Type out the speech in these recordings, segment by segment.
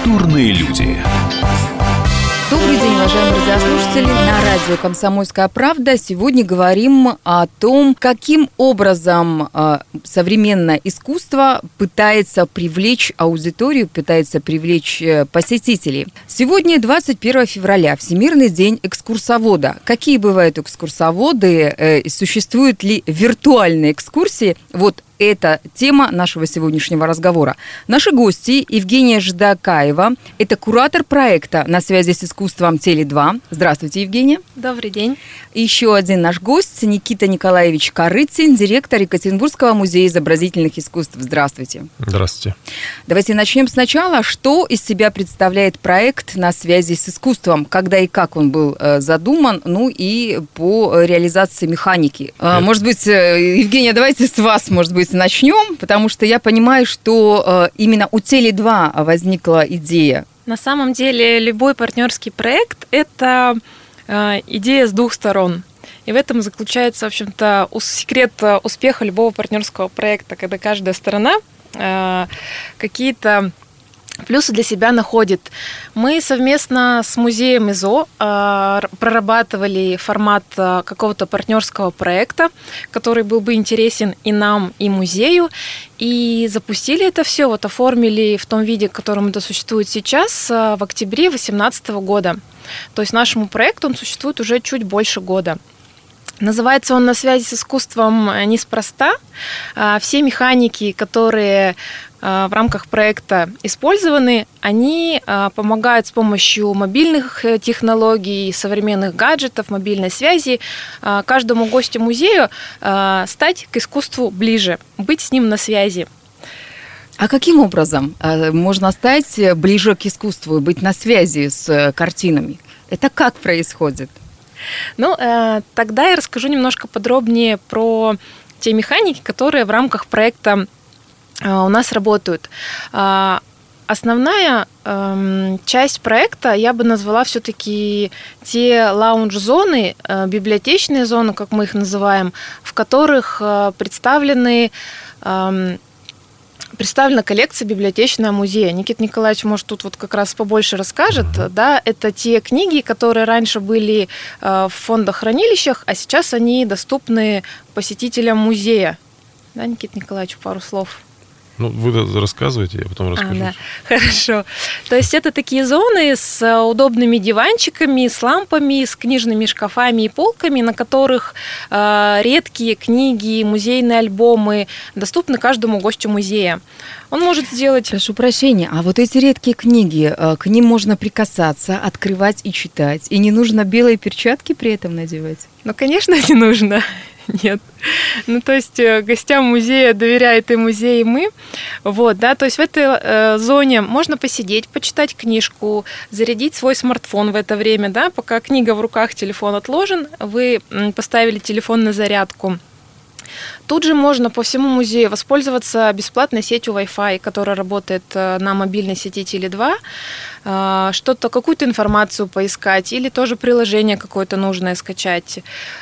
Культурные люди. Добрый день, уважаемые радиослушатели. На радио «Комсомольская правда» сегодня говорим о том, каким образом современное искусство пытается привлечь аудиторию, пытается привлечь посетителей. Сегодня 21 февраля, Всемирный день экскурсовода. Какие бывают экскурсоводы? Существуют ли виртуальные экскурсии? Вот это тема нашего сегодняшнего разговора. Наши гости: Евгения Ждакаева, это куратор проекта «На связи с искусством Теле2». Здравствуйте, Евгения. Добрый день. И еще один наш гость: Никита Николаевич Корытин, директор Екатеринбургского музея изобразительных искусств. Здравствуйте. Здравствуйте. Давайте начнем сначала. Что из себя представляет проект «На связи с искусством», когда и как он был задуман, ну и по реализации механики? Может быть, Евгения, давайте с вас, может быть, начнем, потому что я понимаю, что именно у Теле2 возникла идея. На самом деле любой партнерский проект – это идея с двух сторон. И в этом заключается, в общем-то, секрет успеха любого партнерского проекта, когда каждая сторона какие-то плюсы для себя находит. Мы совместно с музеем ИЗО прорабатывали формат какого-то партнерского проекта, который был бы интересен и нам, и музею, и запустили это все, вот оформили в том виде, в котором это существует сейчас, в октябре 2018 года. То есть нашему проекту он существует уже чуть больше года. Называется он «На связи с искусством» неспроста. Все механики, которые в рамках проекта использованы, они помогают с помощью мобильных технологий, современных гаджетов, мобильной связи каждому гостю музея стать к искусству ближе, быть с ним на связи. А каким образом можно стать ближе к искусству и быть на связи с картинами? Это как происходит? Ну, тогда я расскажу немножко подробнее про те механики, которые в рамках проекта у нас работают. Основная часть проекта я бы назвала все-таки те лаунж-зоны, библиотечные зоны, как мы их называем, в которых представлена коллекция библиотечного музея. Никита Николаевич, может, тут вот как раз побольше расскажет. Да, это те книги, которые раньше были в фондах-хранилищах, а сейчас они доступны посетителям музея. Да, Никита Николаевич, пару слов. Ну, вы рассказывайте, я потом расскажу. Да. Хорошо. То есть это такие зоны с удобными диванчиками, с лампами, с книжными шкафами и полками, на которых редкие книги, музейные альбомы доступны каждому гостю музея. Он может сделать... Прошу прощения, а вот эти редкие книги, к ним можно прикасаться, открывать и читать, и не нужно белые перчатки при этом надевать? Ну, конечно, не нужно. Нет. Ну, то есть гостям музея доверяет и музей, и мы. Вот, да, то есть в этой зоне можно посидеть, почитать книжку, зарядить свой смартфон в это время, да, пока книга в руках, телефон отложен, вы поставили телефон на зарядку. Тут же можно по всему музею воспользоваться бесплатной сетью Wi-Fi, которая работает на мобильной сети Теле2, какую-то информацию поискать или тоже приложение какое-то нужное скачать.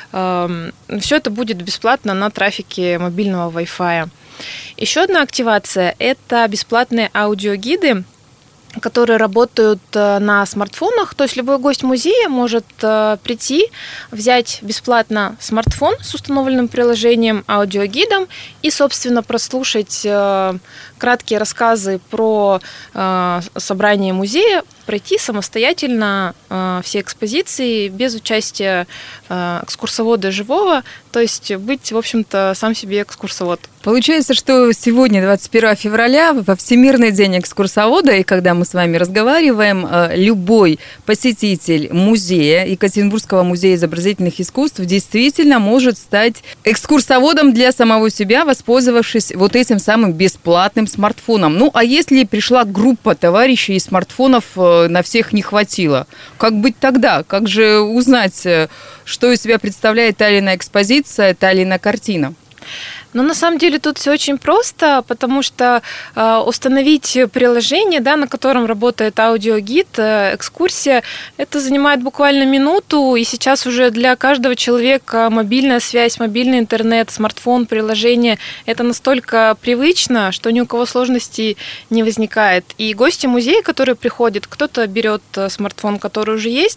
Все это будет бесплатно на трафике мобильного Wi-Fi. Еще одна активация – это бесплатные аудиогиды, которые работают на смартфонах. То есть любой гость музея может прийти, взять бесплатно смартфон с установленным приложением, аудиогидом и, собственно, прослушать краткие рассказы про собрание музея, пройти самостоятельно все экспозиции без участия экскурсовода живого, то есть быть, в общем-то, сам себе экскурсовод. Получается, что сегодня, 21 февраля, во Всемирный день экскурсовода, и когда мы с вами разговариваем, любой посетитель музея, Екатеринбургского музея изобразительных искусств, действительно может стать экскурсоводом для самого себя, воспользовавшись вот этим самым бесплатным смартфоном. Ну, а если пришла группа товарищей и смартфонов на всех не хватило, как быть тогда? Как же узнать, что из себя представляет та или иная экспозиция, та или иная картина? Ну, на самом деле тут все очень просто, потому что установить приложение, да, на котором работает аудиогид, экскурсия, это занимает буквально минуту, и сейчас уже для каждого человека мобильная связь, мобильный интернет, смартфон, приложение – это настолько привычно, что ни у кого сложностей не возникает. И гости музея, которые приходят, кто-то берет смартфон, который уже есть,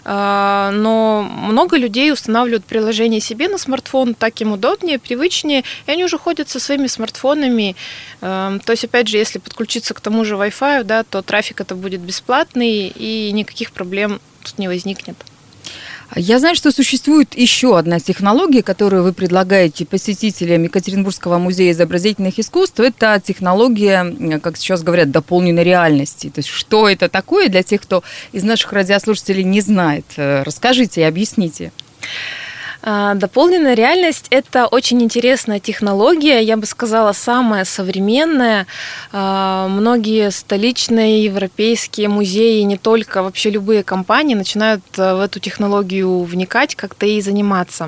но много людей устанавливают приложение себе на смартфон, так им удобнее, привычнее, и они уже ходят со своими смартфонами. То есть, опять же, если подключиться к тому же Wi-Fi, да, то трафик это будет бесплатный, и никаких проблем тут не возникнет. Я знаю, что существует еще одна технология, которую вы предлагаете посетителям Екатеринбургского музея изобразительных искусств. Это технология, как сейчас говорят, дополненной реальности. То есть, что это такое для тех, кто из наших радиослушателей не знает? Расскажите и объясните. Дополненная реальность – это очень интересная технология, я бы сказала, самая современная. Многие столичные европейские музеи, не только, вообще любые компании начинают в эту технологию вникать, как-то и заниматься.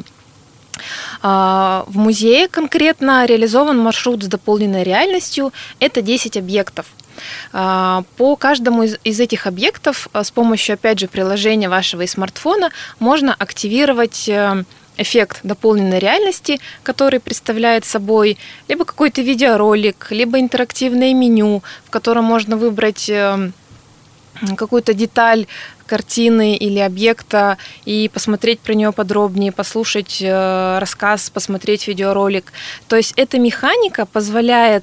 В музее конкретно реализован маршрут с дополненной реальностью. Это 10 объектов. По каждому из этих объектов с помощью, опять же, приложения вашего и смартфона можно активировать эффект дополненной реальности, который представляет собой либо какой-то видеоролик, либо интерактивное меню, в котором можно выбрать какую-то деталь картины или объекта и посмотреть про нее подробнее, послушать рассказ, посмотреть видеоролик. То есть эта механика позволяет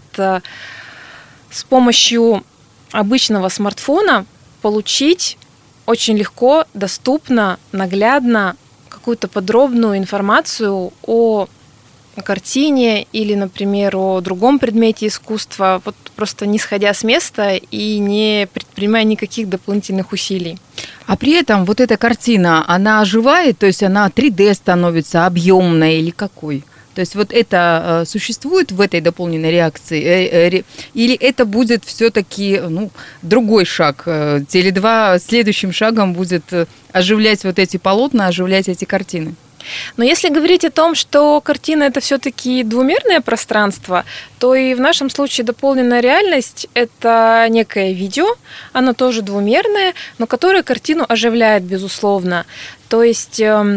с помощью обычного смартфона получить очень легко, доступно, наглядно какую-то подробную информацию о картине или, например, о другом предмете искусства, вот просто не сходя с места и не предпринимая никаких дополнительных усилий. А при этом вот эта картина, она оживает, то есть она 3D становится, объемная или какой? То есть вот это существует в этой дополненной реакции? Или это будет все-таки другой шаг? Теле2 следующим шагом будет оживлять вот эти полотна, оживлять эти картины? Но если говорить о том, что картина – это все-таки двумерное пространство, то и в нашем случае дополненная реальность – это некое видео, оно тоже двумерное, но которое картину оживляет, безусловно. То есть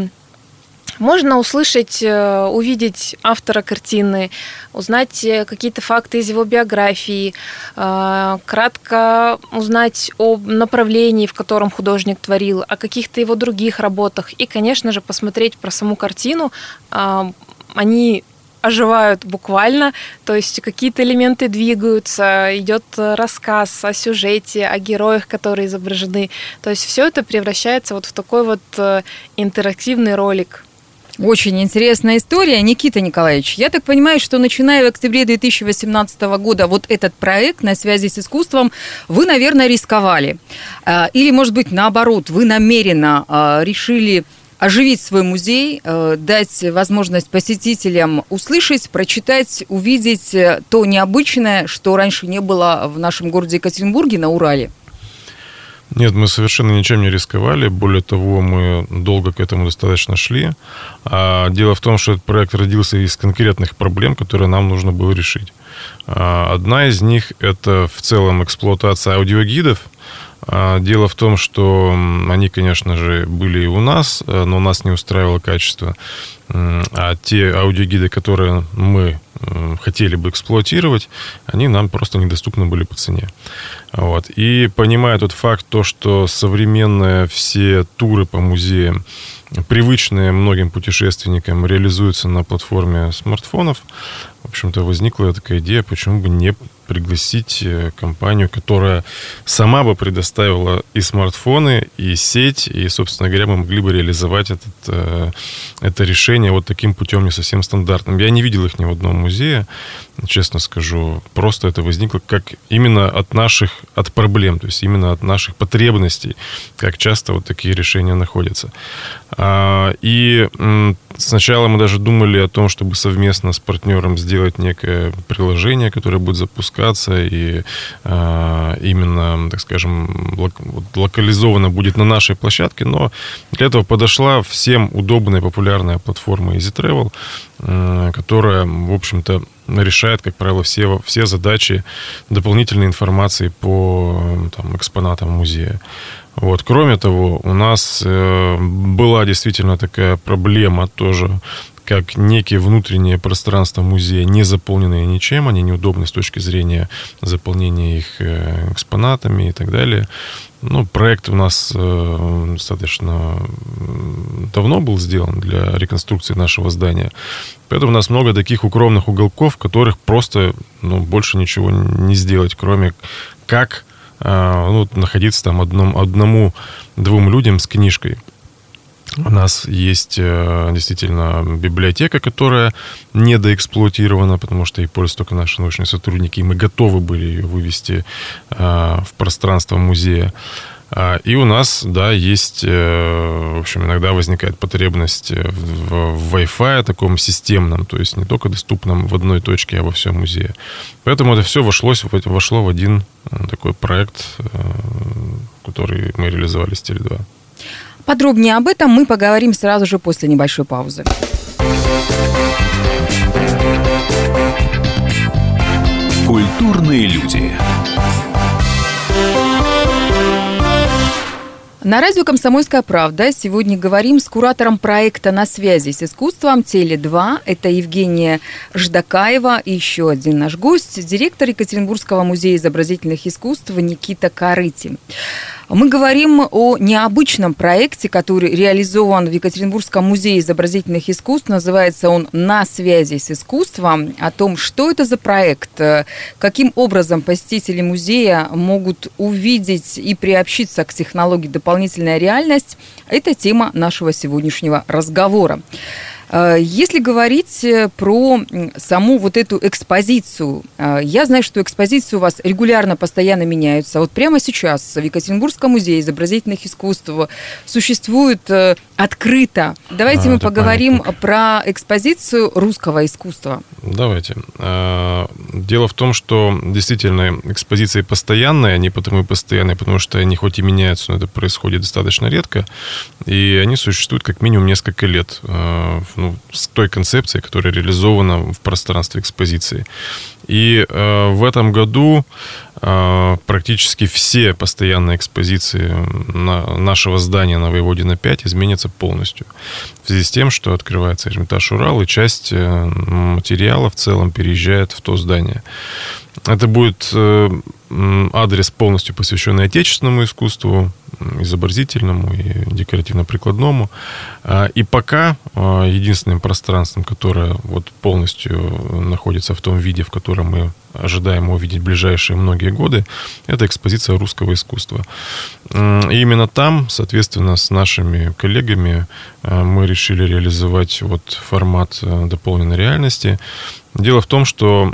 можно услышать, увидеть автора картины, узнать какие-то факты из его биографии, кратко узнать о направлении, в котором художник творил, о каких-то его других работах и, конечно же, посмотреть про саму картину. Они оживают буквально, то есть какие-то элементы двигаются, идет рассказ о сюжете, о героях, которые изображены. То есть все это превращается вот в такой вот интерактивный ролик. Очень интересная история. Никита Николаевич, я так понимаю, что начиная в октябре 2018 года вот этот проект «На связи с искусством» вы, наверное, рисковали. Или, может быть, наоборот, вы намеренно решили оживить свой музей, дать возможность посетителям услышать, прочитать, увидеть то необычное, что раньше не было в нашем городе Екатеринбурге на Урале? Нет, мы совершенно ничем не рисковали. Более того, мы долго к этому достаточно шли. Дело в том, что этот проект родился из конкретных проблем, которые нам нужно было решить. Одна из них – это в целом эксплуатация аудиогидов. Дело в том, что они, конечно же, были и у нас, но нас не устраивало качество. А те аудиогиды, которые мы хотели бы эксплуатировать, они нам просто недоступны были по цене. Вот. И понимая тот факт, что современные все туры по музеям, привычные многим путешественникам, реализуются на платформе смартфонов, в общем-то, возникла такая идея, почему бы не пригласить компанию, которая сама бы предоставила и смартфоны, и сеть, и, собственно говоря, мы могли бы реализовать это решение вот таким путем не совсем стандартным. Я не видел их ни в одном музее, честно скажу. Просто это возникло как именно от проблем, то есть именно от наших потребностей, как часто вот такие решения находятся. И сначала мы даже думали о том, чтобы совместно с партнером сделать сделать некое приложение, которое будет запускаться и именно, так скажем, локализовано будет на нашей площадке, но для этого подошла всем удобная, популярная платформа Easy Travel, которая, в общем-то, решает, как правило, все задачи дополнительной информации по экспонатам музея. Вот. Кроме того, у нас была действительно такая проблема тоже, как некие внутренние пространства музея, не заполненные ничем, они неудобны с точки зрения заполнения их экспонатами и так далее. Проект у нас достаточно давно был сделан для реконструкции нашего здания. Поэтому у нас много таких укромных уголков, в которых просто больше ничего не сделать, кроме как находиться там одному-двум людям с книжкой. У нас есть действительно библиотека, которая недоэксплуатирована, потому что ей пользуются только наши научные сотрудники, и мы готовы были ее вывести в пространство музея. И у нас, есть, в общем, иногда возникает потребность в Wi-Fi таком системном, то есть не только доступном в одной точке, а во всем музее. Поэтому это все вошло в один такой проект, который мы реализовали с Теле2. Подробнее об этом мы поговорим сразу же после небольшой паузы. Культурные люди. На радио «Комсомольская правда» сегодня говорим с куратором проекта «На связи с искусством» Теле2. Это Евгения Ждакаева и еще один наш гость, директор Екатеринбургского музея изобразительных искусств Никита Корытин. Мы говорим о необычном проекте, который реализован в Екатеринбургском музее изобразительных искусств. Называется он «На связи с искусством». О том, что это за проект, каким образом посетители музея могут увидеть и приобщиться к технологии дополнительная реальность, это тема нашего сегодняшнего разговора. Если говорить про саму вот эту экспозицию, я знаю, что экспозиции у вас регулярно, постоянно меняются. Вот прямо сейчас в Екатеринбургском музее изобразительных искусств существует открыто. Давайте мы поговорим про экспозицию русского искусства. Давайте. Дело в том, что действительно экспозиции постоянные, они потому и постоянные, потому что они хоть и меняются, но это происходит достаточно редко, и они существуют как минимум несколько лет с той концепцией, которая реализована в пространстве экспозиции. И в этом году практически все постоянные экспозиции нашего здания на Воеводина 5 изменятся полностью. В связи с тем, что открывается Эрмитаж Урал, и часть материала в целом переезжает в то здание. Это будет адрес, полностью посвященный отечественному искусству, изобразительному и декоративно-прикладному. И пока единственным пространством, которое вот полностью находится в том виде, в котором мы ожидаем увидеть в ближайшие многие годы, это экспозиция русского искусства. И именно там, соответственно, с нашими коллегами мы решили реализовать вот формат дополненной реальности. Дело в том, что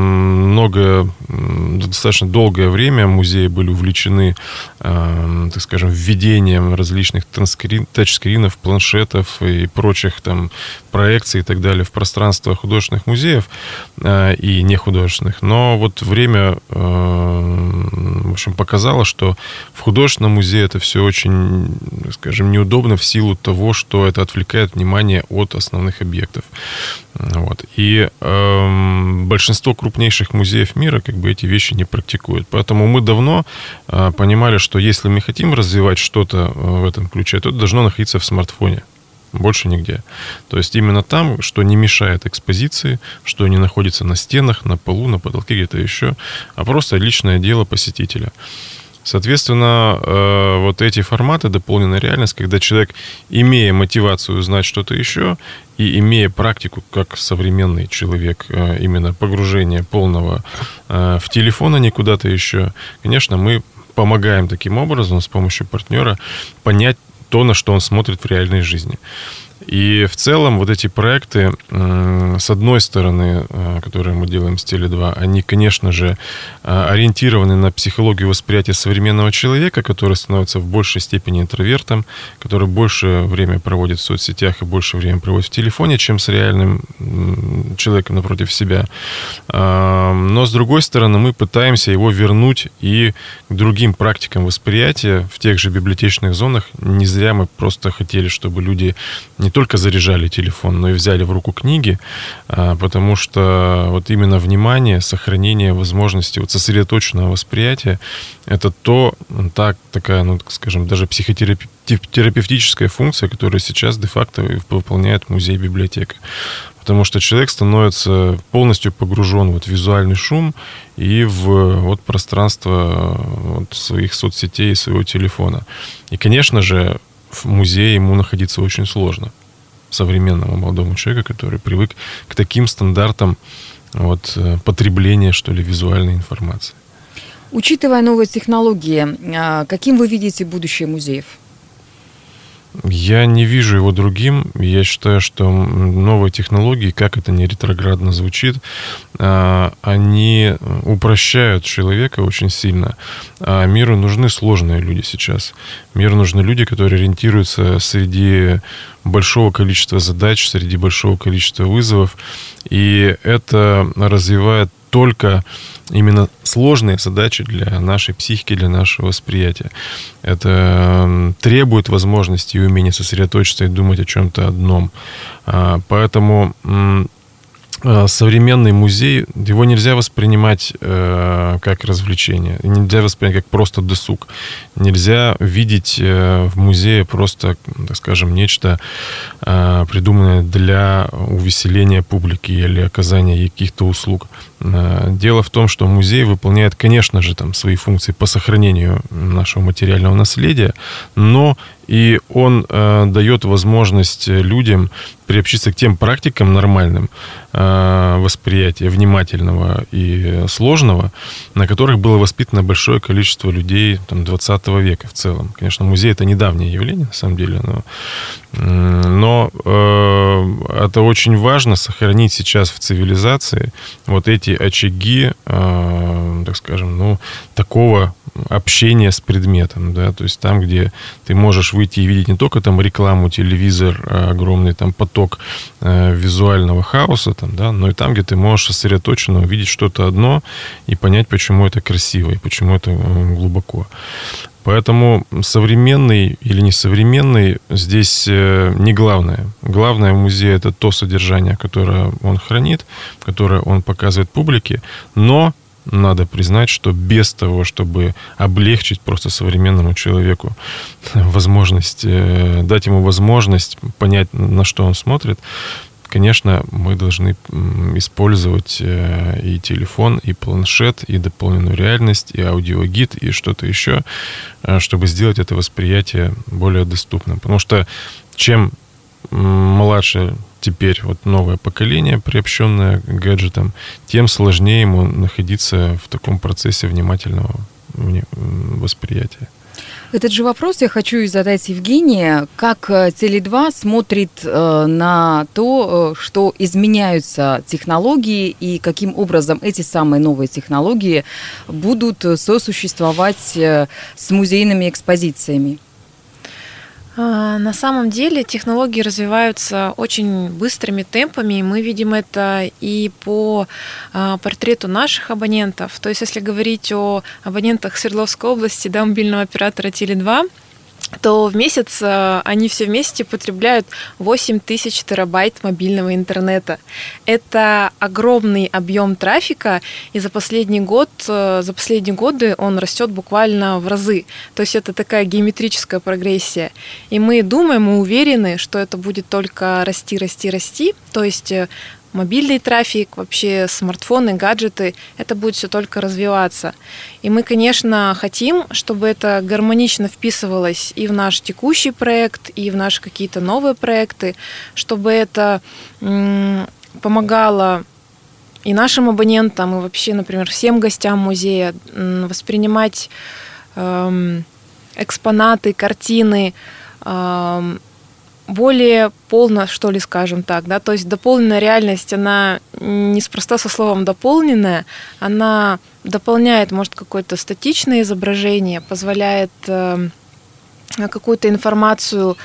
достаточно долгое время музеи были увлечены, так скажем, введением различных тачскринов, планшетов и прочих там проекций и так далее в пространство художественных музеев и нехудожественных. Но вот время, в общем, показало, что в художественном музее это все очень, скажем, неудобно в силу того, что это отвлекает внимание от основных объектов. Вот. И большинство крупнейших музеев мира эти вещи не практикуют. Поэтому мы давно понимали, что если мы хотим развивать что-то в этом ключе, то это должно находиться в смартфоне. Больше нигде. То есть именно там, что не мешает экспозиции, что не находится на стенах, на полу, на потолке, где-то еще, а просто личное дело посетителя. Соответственно, вот эти форматы дополненная реальность, когда человек, имея мотивацию узнать что-то еще и имея практику, как современный человек, именно погружения полного в телефон, а не куда-то еще, конечно, мы помогаем таким образом с помощью партнера понять то, на что он смотрит в реальной жизни. И в целом вот эти проекты, с одной стороны, которые мы делаем с Теле2, они, конечно же, ориентированы на психологию восприятия современного человека, который становится в большей степени интровертом, который больше время проводит в соцсетях и больше времени проводит в телефоне, чем с реальным человеком напротив себя. Но, с другой стороны, мы пытаемся его вернуть и к другим практикам восприятия в тех же библиотечных зонах. Не зря мы просто хотели, чтобы люди не только заряжали телефон, но и взяли в руку книги, потому что вот именно внимание, сохранение возможности вот сосредоточенного восприятия — это такая, ну, так скажем, даже психотерапевтическая функция, которую сейчас де-факто выполняет музей-библиотека. Потому что человек становится полностью погружен в визуальный шум и в пространство своих соцсетей, своего телефона. И, конечно же, в музее ему находиться очень сложно. Современному молодому человеку, который привык к таким стандартам потребления, что ли, визуальной информации. Учитывая новые технологии, каким вы видите будущее музеев? Я не вижу его другим. Я считаю, что новые технологии, как это ни ретроградно звучит, они упрощают человека очень сильно. А миру нужны сложные люди сейчас. Миру нужны люди, которые ориентируются среди большого количества задач, среди большого количества вызовов. И это развивает только именно сложные задачи для нашей психики, для нашего восприятия. Это требует возможности и умения сосредоточиться и думать о чем-то одном. Поэтому современный музей, его нельзя воспринимать как развлечение, нельзя воспринимать как просто досуг. Нельзя видеть в музее просто, так скажем, нечто придуманное для увеселения публики или оказания каких-то услуг. Дело в том, что музей выполняет, конечно же, свои функции по сохранению нашего материального наследия, но и он дает возможность людям приобщиться к тем практикам нормальным восприятия, внимательного и сложного, на которых было воспитано большое количество людей 20 века в целом. Конечно, музей — это недавнее явление, на самом деле, но это очень важно — сохранить сейчас в цивилизации вот эти очаги, так скажем, такого общения с предметом, да, то есть там, где ты можешь выйти и видеть не только рекламу, телевизор, огромный поток визуального хаоса, но и там, где ты можешь сосредоточенно увидеть что-то одно и понять, почему это красиво и почему это глубоко. Поэтому современный или несовременный здесь не главное. Главное в музее — это то содержание, которое он хранит, которое он показывает публике, но надо признать, что без того, чтобы облегчить просто современному человеку возможность, дать ему возможность понять, на что он смотрит, конечно, мы должны использовать и телефон, и планшет, и дополненную реальность, и аудиогид, и что-то еще, чтобы сделать это восприятие более доступным. Потому что чем младше теперь новое поколение, приобщенное к гаджетам, тем сложнее ему находиться в таком процессе внимательного восприятия. Этот же вопрос я хочу задать Евгении. Как Теле2 смотрит на то, что изменяются технологии и каким образом эти самые новые технологии будут сосуществовать с музейными экспозициями? На самом деле технологии развиваются очень быстрыми темпами, и мы видим это и по портрету наших абонентов. То есть, если говорить о абонентах Свердловской области, мобильного оператора Теле2, то в месяц они все вместе потребляют 8 тысяч терабайт мобильного интернета. Это огромный объем трафика, и за последние годы он растет буквально в разы. То есть это такая геометрическая прогрессия. И мы уверены, что это будет только расти. То есть мобильный трафик, вообще смартфоны, гаджеты, это будет все только развиваться. И мы, конечно, хотим, чтобы это гармонично вписывалось и в наш текущий проект, и в наши какие-то новые проекты, чтобы это помогало и нашим абонентам, и вообще, например, всем гостям музея воспринимать экспонаты, картины более полно, что ли, скажем так, да, то есть дополненная реальность, она неспроста со словом дополненная, она дополняет, может, какое-то статичное изображение, позволяет какую-то информацию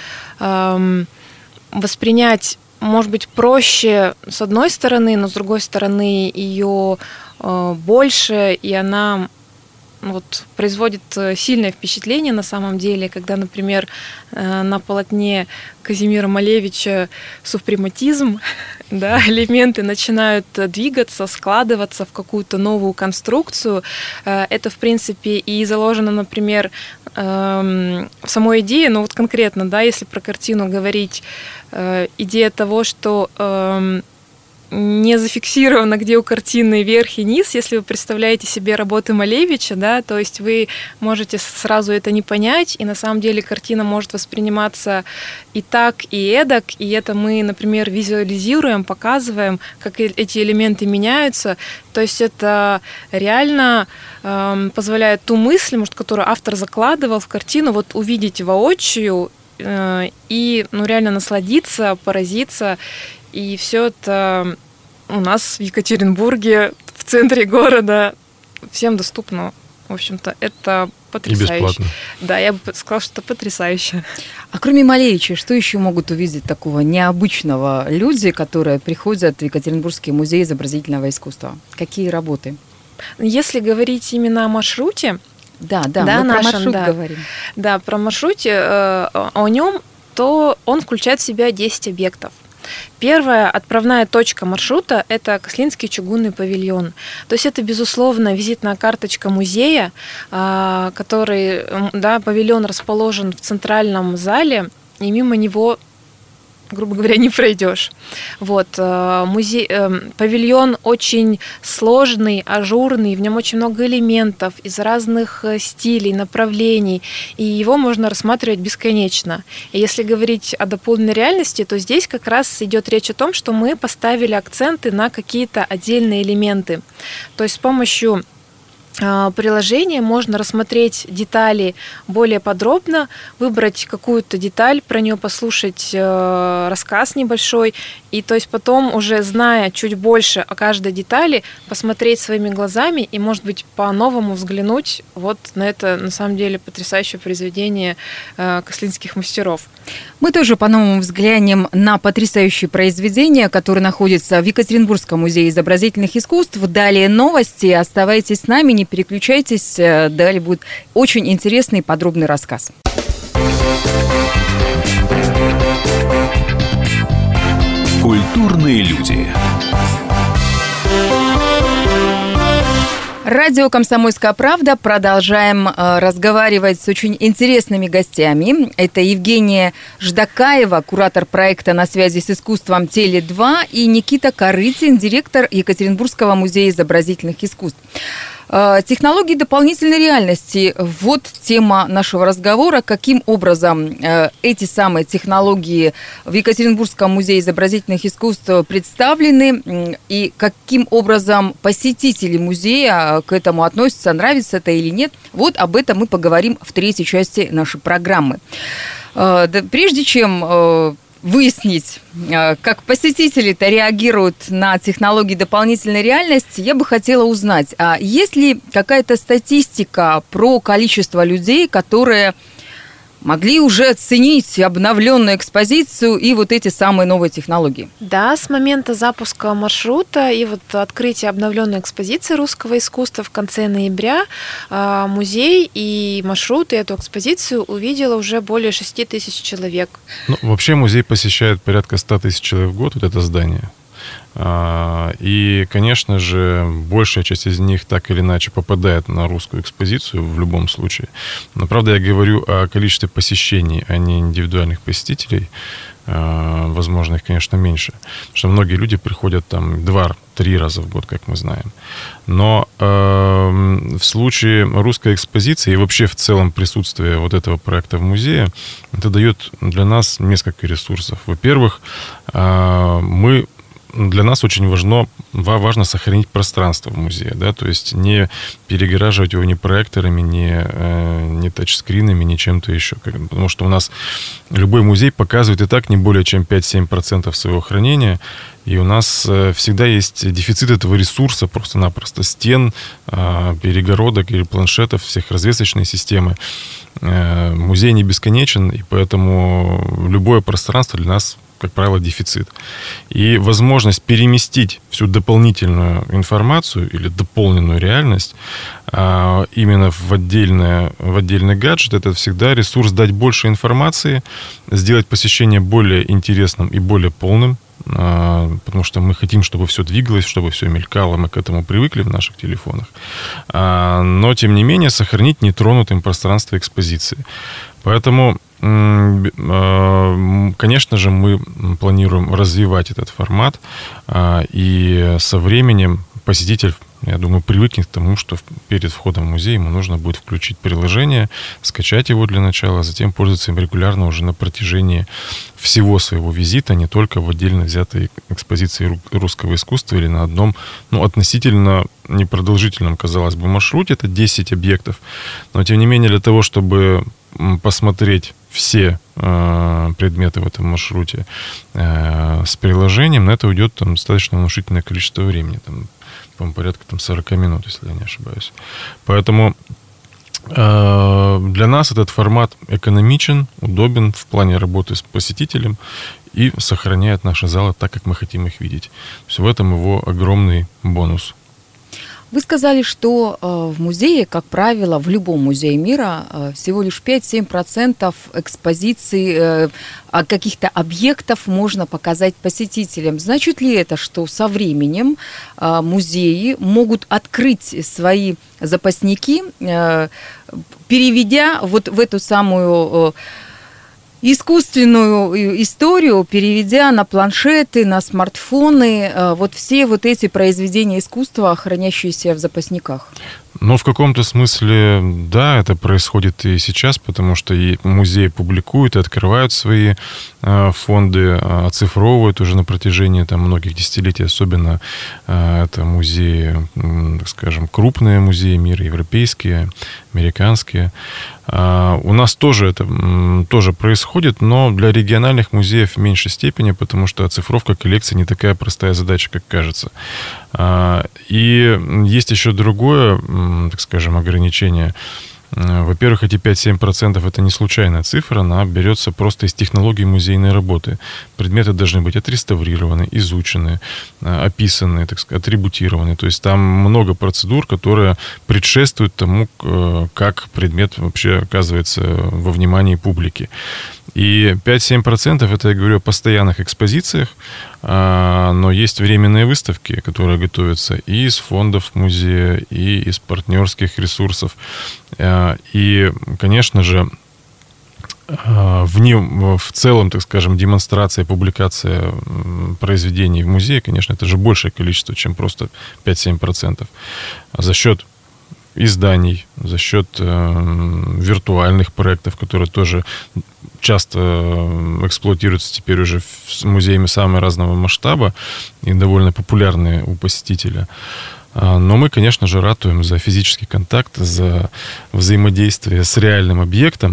воспринять, может быть, проще с одной стороны, но с другой стороны ее больше, и она вот производит сильное впечатление на самом деле, когда, например, на полотне Казимира Малевича супрематизм, да, элементы начинают двигаться, складываться в какую-то новую конструкцию. Это, в принципе, и заложено, например, в самой идее, но вот конкретно, да, если про картину говорить, идея того, что не зафиксировано, где у картины верх и низ. Если вы представляете себе работы Малевича, да, то есть вы можете сразу это не понять, и на самом деле картина может восприниматься и так, и эдак, и это мы, например, визуализируем, показываем, как эти элементы меняются. То есть это реально позволяет ту мысль, может, которую автор закладывал в картину, вот увидеть воочию и реально насладиться, поразиться. И все это у нас в Екатеринбурге, в центре города, всем доступно. В общем-то, это потрясающе. И бесплатно. Да, я бы сказала, что это потрясающе. А кроме Малевича, что еще могут увидеть такого необычного люди, которые приходят в Екатеринбургский музей изобразительного искусства? Какие работы? Если говорить именно о маршруте, да, мы про маршрут говорим. Да, про маршруте, о нем, то он включает в себя 10 объектов. Первая отправная точка маршрута – это Кослинский чугунный павильон. То есть это, безусловно, визитная карточка музея, который, да, павильон расположен в центральном зале, и мимо него, грубо говоря, не пройдешь. Вот, павильон очень сложный, ажурный, в нем очень много элементов из разных стилей, направлений, и его можно рассматривать бесконечно. И если говорить о дополненной реальности, то здесь как раз идет речь о том, что мы поставили акценты на какие-то отдельные элементы. То есть с помощью приложения можно рассмотреть детали более подробно, выбрать какую-то деталь, про нее послушать рассказ небольшой, и то есть потом, уже зная чуть больше о каждой детали, посмотреть своими глазами и, может быть, по-новому взглянуть вот на это, на самом деле, потрясающее произведение кослинских мастеров. Мы тоже по-новому взглянем на потрясающие произведения, которые находятся в Екатеринбургском музее изобразительных искусств. Далее новости. Оставайтесь с нами, не переключайтесь. Далее будет очень интересный и подробный рассказ. Культурные люди. Радио «Комсомольская правда». Продолжаем разговаривать с очень интересными гостями. Это Евгения Ждакаева, куратор проекта «На связи с искусством Теле2», и Никита Корытин, директор Екатеринбургского музея изобразительных искусств. Технологии дополнительной реальности. Вот тема нашего разговора. Каким образом эти самые технологии в Екатеринбургском музее изобразительных искусств представлены и каким образом посетители музея к этому относятся, нравится это или нет. Вот об этом мы поговорим в третьей части нашей программы. Прежде чем выяснить, как посетители-то реагируют на технологии дополнительной реальности, я бы хотела узнать, а есть ли какая-то статистика про количество людей, которые могли уже оценить обновленную экспозицию и вот эти самые новые технологии? Да, с момента запуска маршрута и вот открытия обновленной экспозиции русского искусства в конце ноября музей и маршрут, и эту экспозицию увидело уже более 6 тысяч человек. Вообще музей посещает порядка 100 тысяч человек в год, вот это здание. И, конечно же, большая часть из них так или иначе попадает на русскую экспозицию в любом случае. Но, правда, я говорю о количестве посещений, а не индивидуальных посетителей. Возможно, их, конечно, меньше. Потому что многие люди приходят там 2-3 раза в год, как мы знаем. Но в случае русской экспозиции и вообще в целом присутствие вот этого проекта в музее, это дает для нас несколько ресурсов. Во-первых, мы для нас очень важно сохранить пространство в музее, да, то есть не перегораживать его ни проекторами, ни тачскринами, ни чем-то еще. Потому что у нас любой музей показывает и так не более чем 5-7% своего хранения, и у нас всегда есть дефицит этого ресурса просто-напросто. Стен, перегородок или планшетов, всех развесочной системы. Музей не бесконечен, и поэтому любое пространство для нас, как правило, дефицит. И возможность переместить всю дополнительную информацию или дополненную реальность именно в отдельный гаджет, это всегда ресурс дать больше информации, сделать посещение более интересным и более полным, потому что мы хотим, чтобы все двигалось, чтобы все мелькало, мы к этому привыкли в наших телефонах. Но, тем не менее, сохранить нетронутым пространство экспозиции. Поэтому, конечно же, мы планируем развивать этот формат, и со временем посетитель, я думаю, привыкнет к тому, что перед входом в музей ему нужно будет включить приложение, скачать его для начала, а затем пользоваться им регулярно уже на протяжении всего своего визита, не только в отдельно взятой экспозиции русского искусства или на одном, относительно непродолжительном, казалось бы, маршруте, это 10 объектов. Но, тем не менее, для того, чтобы посмотреть все предметы в этом маршруте с приложением, на это уйдет достаточно внушительное количество времени, по-моему, порядка 40 минут, если я не ошибаюсь. Поэтому для нас этот формат экономичен, удобен в плане работы с посетителем и сохраняет наши залы так, как мы хотим их видеть. То есть в этом его огромный бонус. Вы сказали, что в музее, как правило, в любом музее мира всего лишь 5-7% экспозиций каких-то объектов можно показать посетителям. Значит ли это, что со временем музеи могут открыть свои запасники, переведя вот в эту самую искусственную историю, переведя на планшеты, на смартфоны, вот все вот эти произведения искусства, хранящиеся в запасниках? В каком-то смысле, да, это происходит и сейчас, потому что и музеи публикуют и открывают свои фонды, оцифровывают уже на протяжении многих десятилетий, особенно это музеи, так скажем, крупные музеи мира, европейские, американские. У нас тоже это происходит, но для региональных музеев в меньшей степени, потому что оцифровка коллекции не такая простая задача, как кажется. И есть еще другое, так скажем, ограничение. Во-первых, эти 5-7% это не случайная цифра, она берется просто из технологий музейной работы. Предметы должны быть отреставрированы, изучены, описаны, так сказать, атрибутированы. То есть там много процедур, которые предшествуют тому, как предмет вообще оказывается во внимании публики. И 5-7% это, я говорю, о постоянных экспозициях, но есть временные выставки, которые готовятся и из фондов музея, и из партнерских ресурсов. И, конечно же, в целом, так скажем, демонстрация, публикация произведений в музее, конечно, это же большее количество, чем просто 5-7%. За счет изданий, за счет виртуальных проектов, которые тоже часто эксплуатируются теперь уже с музеями самого разного масштаба и довольно популярные у посетителя. Но мы, конечно же, ратуем за физический контакт, за взаимодействие с реальным объектом.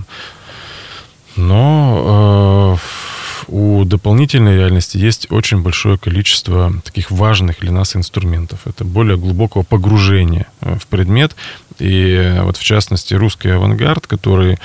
Но у дополнительной реальности есть очень большое количество таких важных для нас инструментов. Это более глубокого погружения в предмет. И вот в частности русский авангард, который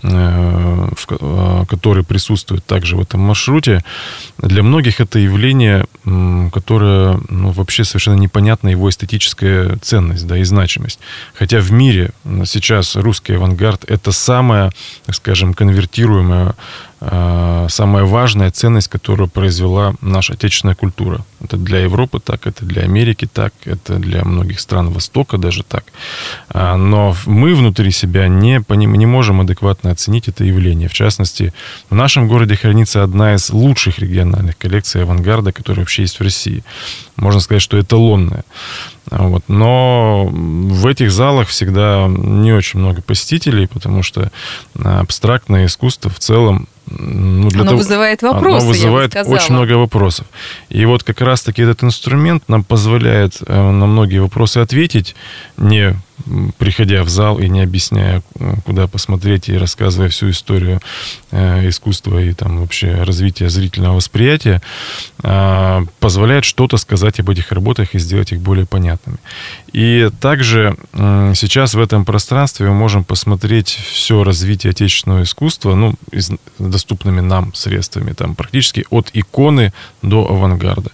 присутствует также в этом маршруте, для многих это явление, которое вообще совершенно непонятна его эстетическая ценность, да, и значимость. Хотя в мире сейчас русский авангард это самая, так скажем, конвертируемая, самая важная ценность, которую произвела наша отечественная культура. Это для Европы так, это для Америки так, это для многих стран Востока даже так. Но мы внутри себя не можем адекватно оценить это явление. В частности, в нашем городе хранится одна из лучших региональных коллекций авангарда, которая вообще есть в России. Можно сказать, что эталонная. Но в этих залах всегда не очень много посетителей, потому что абстрактное искусство в целом Оно вызывает вопросы, оно вызывает очень много вопросов. И вот как раз-таки этот инструмент нам позволяет на многие вопросы ответить, не приходя в зал и не объясняя, куда посмотреть, и рассказывая всю историю искусства и там вообще развития зрительного восприятия, позволяет что-то сказать об этих работах и сделать их более понятными. И также сейчас в этом пространстве мы можем посмотреть все развитие отечественного искусства, доступными нам средствами, там практически от иконы до авангарда.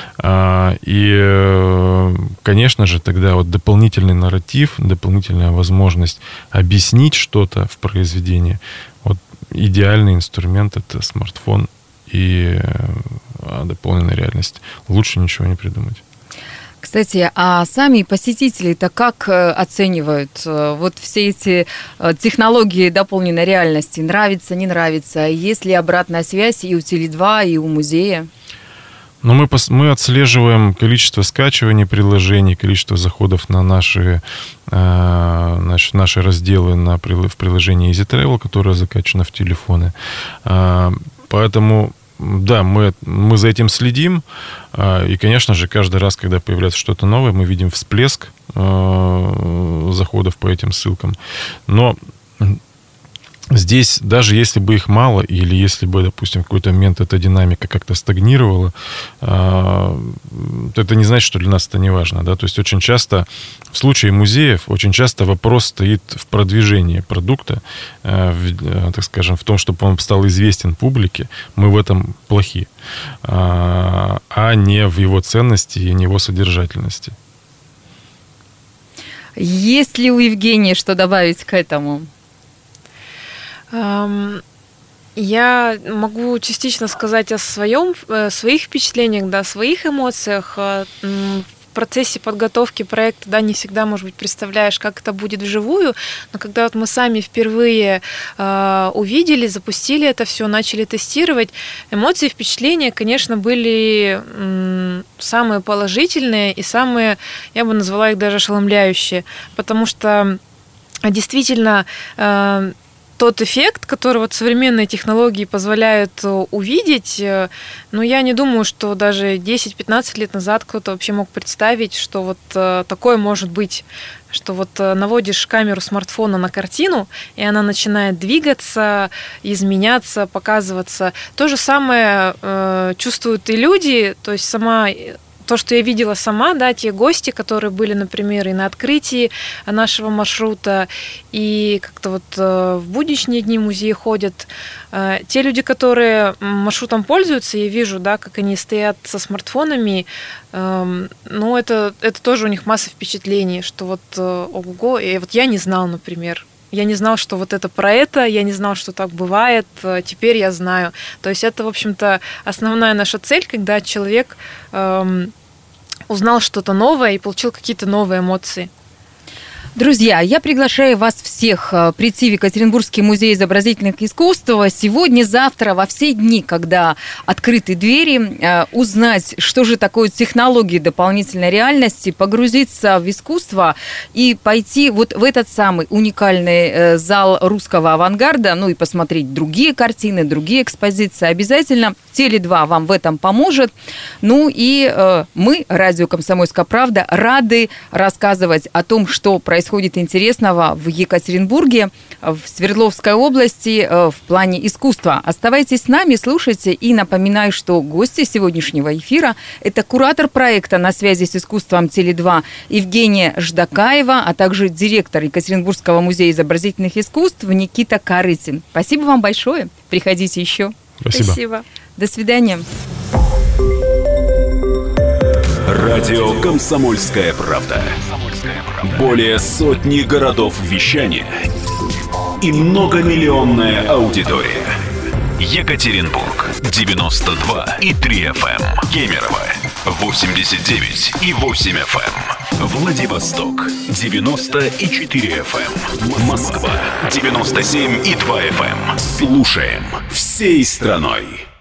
И, конечно же, тогда вот дополнительный нарратив, дополнительная возможность объяснить что-то в произведении. Вот идеальный инструмент — это смартфон и дополненная реальность. Лучше ничего не придумать. Кстати, а сами посетители-то как оценивают вот все эти технологии дополненной реальности? Нравится, не нравится? Есть ли обратная связь и у Теле2, и у музея? Но мы отслеживаем количество скачиваний приложений, количество заходов на наши разделы в приложении Easy Travel, которое закачано в телефоны. Поэтому, да, мы за этим следим. И, конечно же, каждый раз, когда появляется что-то новое, мы видим всплеск заходов по этим ссылкам. Но здесь, даже если бы их мало, или если бы, допустим, в какой-то момент эта динамика как-то стагнировала, это не значит, что для нас это не важно. Да? То есть очень часто, в случае музеев, очень часто вопрос стоит в продвижении продукта, так скажем, в том, чтобы он стал известен публике. Мы в этом плохи, а не в его ценности и не в его содержательности. Есть ли у Евгении что добавить к этому? Я могу частично сказать о своих впечатлениях, да, своих эмоциях. В процессе подготовки проекта, да, не всегда, может быть, представляешь, как это будет вживую, но когда вот мы сами впервые увидели, запустили это все, начали тестировать, эмоции, впечатления, конечно, были самые положительные и самые, я бы назвала их даже ошеломляющие, потому что действительно тот эффект, который вот современные технологии позволяют увидеть, но я не думаю, что даже 10-15 лет назад кто-то вообще мог представить, что вот такое может быть, что вот наводишь камеру смартфона на картину, и она начинает двигаться, изменяться, показываться. То же самое чувствуют и люди, то есть то, что я видела сама, да, те гости, которые были, например, и на открытии нашего маршрута, и как-то вот в будничные дни музеи ходят. Те люди, которые маршрутом пользуются, я вижу, да, как они стоят со смартфонами, ну, это тоже у них масса впечатлений, что вот ого-го, и вот я не знал, например. Я не знал, что вот это про это, я не знал, что так бывает, теперь я знаю. То есть это, в общем-то, основная наша цель, когда человек узнал что-то новое и получил какие-то новые эмоции. Друзья, я приглашаю вас всех прийти в Екатеринбургский музей изобразительных искусств сегодня, завтра, во все дни, когда открыты двери, узнать, что же такое технологии дополнительной реальности, погрузиться в искусство и пойти вот в этот самый уникальный зал русского авангарда, ну и посмотреть другие картины, другие экспозиции. Обязательно Теле2 вам в этом поможет. Ну и мы, радио «Комсомольская правда», рады рассказывать о том, что происходит интересного в Екатеринбурге, в Свердловской области в плане искусства. Оставайтесь с нами, слушайте. И напоминаю, что гости сегодняшнего эфира – это куратор проекта «На связи с искусством Теле2» Евгения Ждакаева, а также директор Екатеринбургского музея изобразительных искусств Никита Корытин. Спасибо вам большое. Приходите еще. Спасибо. До свидания. Радио «Комсомольская правда». Более сотни городов вещания и многомиллионная аудитория. Екатеринбург 92,3 FM. Кемерово 89,8 FM. Владивосток 90,4 FM. Москва 97,2 FM. Слушаем всей страной.